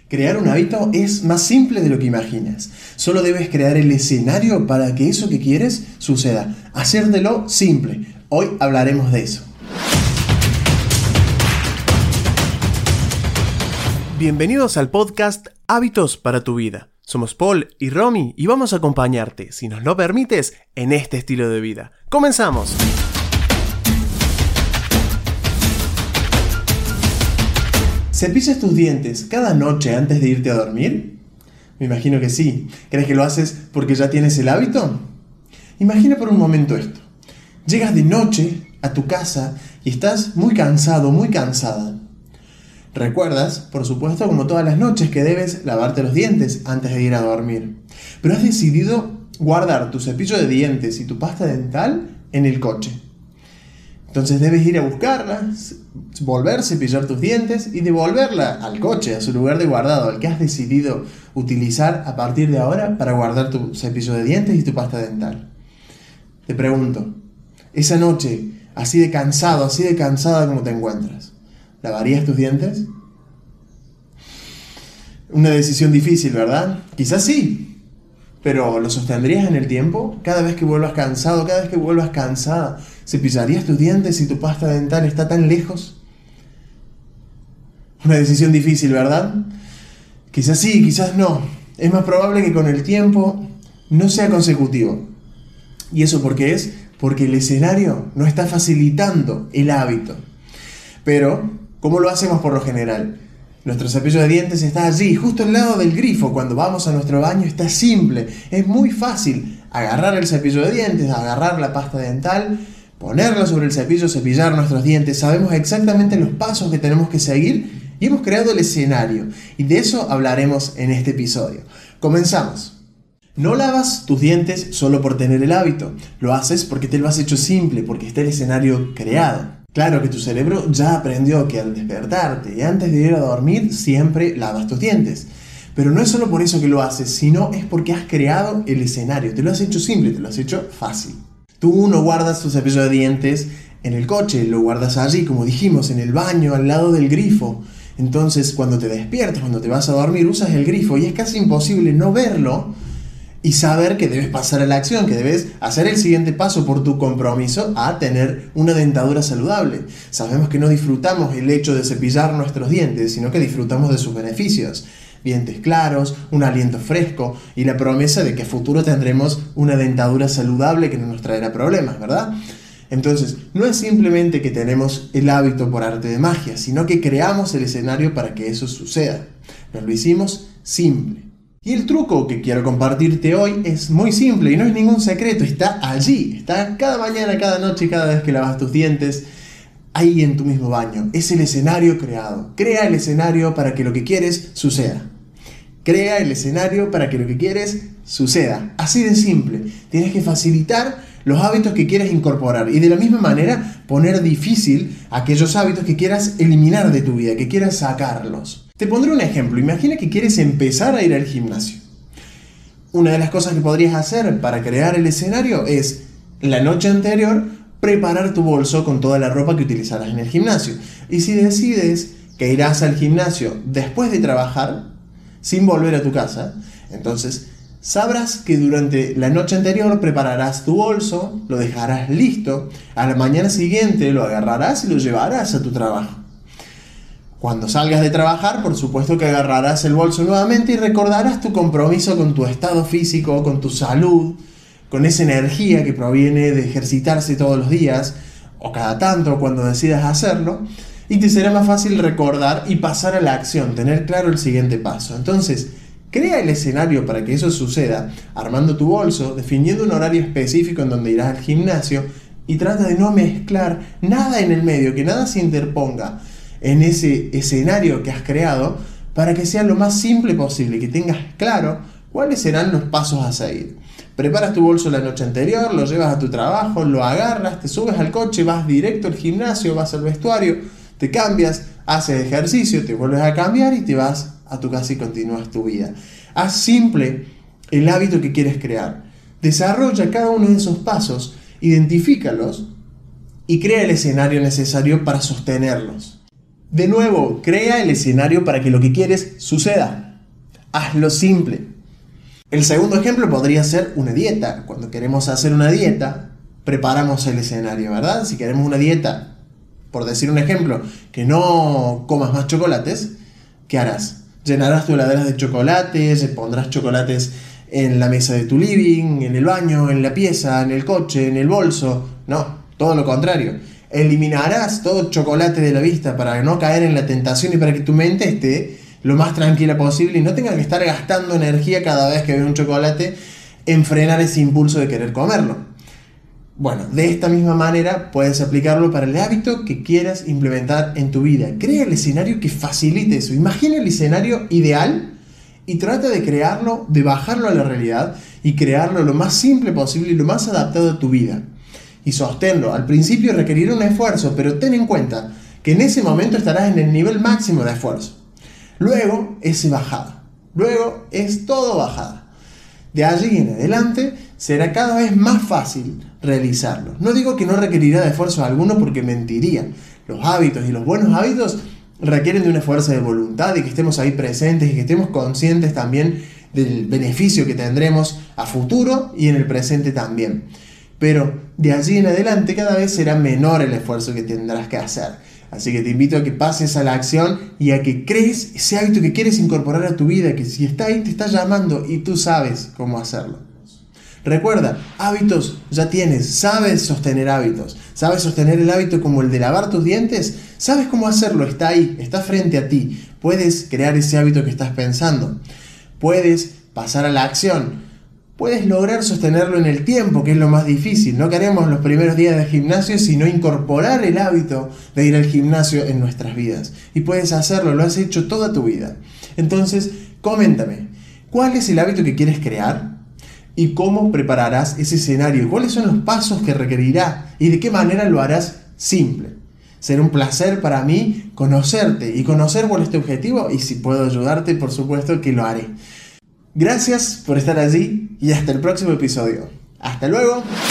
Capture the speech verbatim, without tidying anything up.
Crear un hábito es más simple de lo que imaginas. Solo debes crear el escenario para que eso que quieres suceda. Hacértelo simple. Hoy hablaremos de eso. Bienvenidos al podcast Hábitos para tu vida. Somos Paul y Romy y vamos a acompañarte, si nos lo permites, en este estilo de vida. ¡Comenzamos! ¿Cepillas tus dientes cada noche antes de irte a dormir? Me imagino que sí. ¿Crees que lo haces porque ya tienes el hábito? Imagina por un momento esto. Llegas de noche a tu casa y estás muy cansado, muy cansada. Recuerdas, por supuesto, como todas las noches, que debes lavarte los dientes antes de ir a dormir. Pero has decidido guardar tu cepillo de dientes y tu pasta dental en el coche. Entonces debes ir a buscarla, volver a cepillar tus dientes y devolverla al coche, a su lugar de guardado, al que has decidido utilizar a partir de ahora para guardar tu cepillo de dientes y tu pasta dental. Te pregunto, esa noche, así de cansado, así de cansada como te encuentras, ¿lavarías tus dientes? Una decisión difícil, ¿verdad? Quizás sí. Pero ¿lo sostendrías en el tiempo? Cada vez que vuelvas cansado, cada vez que vuelvas cansada, ¿cepillarías tus dientes si tu pasta dental está tan lejos? Una decisión difícil, ¿verdad? Quizás sí, quizás no. Es más probable que con el tiempo no sea consecutivo. ¿Y eso por qué es? Porque el escenario no está facilitando el hábito. Pero, ¿cómo lo hacemos por lo general? Nuestro cepillo de dientes está allí, justo al lado del grifo. Cuando vamos a nuestro baño está simple. Es muy fácil agarrar el cepillo de dientes, agarrar la pasta dental, ponerla sobre el cepillo, cepillar nuestros dientes. Sabemos exactamente los pasos que tenemos que seguir y hemos creado el escenario. Y de eso hablaremos en este episodio. Comenzamos. No lavas tus dientes solo por tener el hábito. Lo haces porque te lo has hecho simple, porque está el escenario creado. Claro que tu cerebro ya aprendió que al despertarte y antes de ir a dormir siempre lavas tus dientes. Pero no es solo por eso que lo haces, sino es porque has creado el escenario. Te lo has hecho simple, te lo has hecho fácil. Tú no guardas tu cepillo de dientes en el coche, lo guardas allí, como dijimos, en el baño, al lado del grifo. Entonces, cuando te despiertas, cuando te vas a dormir, usas el grifo y es casi imposible no verlo y saber que debes pasar a la acción, que debes hacer el siguiente paso por tu compromiso a tener una dentadura saludable. Sabemos que no disfrutamos el hecho de cepillar nuestros dientes, sino que disfrutamos de sus beneficios. Dientes claros, un aliento fresco y la promesa de que a futuro tendremos una dentadura saludable que no nos traerá problemas, ¿verdad? Entonces, no es simplemente que tenemos el hábito por arte de magia, sino que creamos el escenario para que eso suceda. Nos lo hicimos simple. Y el truco que quiero compartirte hoy es muy simple y no es ningún secreto, está allí, está cada mañana, cada noche, cada vez que lavas tus dientes, ahí en tu mismo baño. Es el escenario creado. Crea el escenario para que lo que quieres suceda. Crea el escenario para que lo que quieres suceda. Así de simple. Tienes que facilitar los hábitos que quieres incorporar y de la misma manera poner difícil aquellos hábitos que quieras eliminar de tu vida, que quieras sacarlos. Te pondré un ejemplo. Imagina que quieres empezar a ir al gimnasio. Una de las cosas que podrías hacer para crear el escenario es, la noche anterior, preparar tu bolso con toda la ropa que utilizarás en el gimnasio. Y si decides que irás al gimnasio después de trabajar, sin volver a tu casa, entonces sabrás que durante la noche anterior prepararás tu bolso, lo dejarás listo, a la mañana siguiente lo agarrarás y lo llevarás a tu trabajo. Cuando salgas de trabajar, por supuesto que agarrarás el bolso nuevamente y recordarás tu compromiso con tu estado físico, con tu salud, con esa energía que proviene de ejercitarse todos los días, o cada tanto cuando decidas hacerlo, y te será más fácil recordar y pasar a la acción, tener claro el siguiente paso. Entonces, crea el escenario para que eso suceda, armando tu bolso, definiendo un horario específico en donde irás al gimnasio, y trata de no mezclar nada en el medio, que nada se interponga en ese escenario que has creado para que sea lo más simple posible, que tengas claro cuáles serán los pasos a seguir. Preparas tu bolso la noche anterior, lo llevas a tu trabajo, lo agarras, te subes al coche, vas directo al gimnasio, vas al vestuario, te cambias, haces ejercicio, te vuelves a cambiar y te vas a tu casa y continúas tu vida. Haz simple el hábito que quieres crear. Desarrolla cada uno de esos pasos, identifícalos y crea el escenario necesario para sostenerlos. De nuevo, crea el escenario para que lo que quieres suceda. Hazlo simple. El segundo ejemplo podría ser una dieta. Cuando queremos hacer una dieta, preparamos el escenario, ¿verdad? Si queremos una dieta, por decir un ejemplo, que no comas más chocolates, ¿qué harás? Llenarás tu heladera de chocolates, pondrás chocolates en la mesa de tu living, en el baño, en la pieza, en el coche, en el bolso. No, todo lo contrario. Eliminarás todo chocolate de la vista para no caer en la tentación y para que tu mente esté lo más tranquila posible y no tenga que estar gastando energía cada vez que ve un chocolate en frenar ese impulso de querer comerlo. Bueno, de esta misma manera puedes aplicarlo para el hábito que quieras implementar en tu vida. Crea el escenario que facilite eso. Imagina el escenario ideal y trata de crearlo, de bajarlo a la realidad y crearlo lo más simple posible y lo más adaptado a tu vida. Y sosténlo. Al principio requerirá un esfuerzo, pero ten en cuenta que en ese momento estarás en el nivel máximo de esfuerzo. Luego es bajada. Luego es todo bajada. De allí en adelante será cada vez más fácil realizarlo. No digo que no requerirá de esfuerzo alguno porque mentiría. Los hábitos y los buenos hábitos requieren de un esfuerzo de voluntad y que estemos ahí presentes y que estemos conscientes también del beneficio que tendremos a futuro y en el presente también. Pero de allí en adelante cada vez será menor el esfuerzo que tendrás que hacer. Así que te invito a que pases a la acción y a que crees ese hábito que quieres incorporar a tu vida, que si está ahí te está llamando y tú sabes cómo hacerlo. Recuerda, hábitos ya tienes, sabes sostener hábitos, sabes sostener el hábito como el de lavar tus dientes, sabes cómo hacerlo, está ahí, está frente a ti, puedes crear ese hábito que estás pensando, puedes pasar a la acción. Puedes lograr sostenerlo en el tiempo, que es lo más difícil. No queremos los primeros días de gimnasio, sino incorporar el hábito de ir al gimnasio en nuestras vidas. Y puedes hacerlo, lo has hecho toda tu vida. Entonces, coméntame, ¿cuál es el hábito que quieres crear? ¿Y cómo prepararás ese escenario? ¿Cuáles son los pasos que requerirá? ¿Y de qué manera lo harás simple? Será un placer para mí conocerte y conocer cuál es tu objetivo. Y si puedo ayudarte, por supuesto que lo haré. Gracias por estar allí y hasta el próximo episodio. ¡Hasta luego!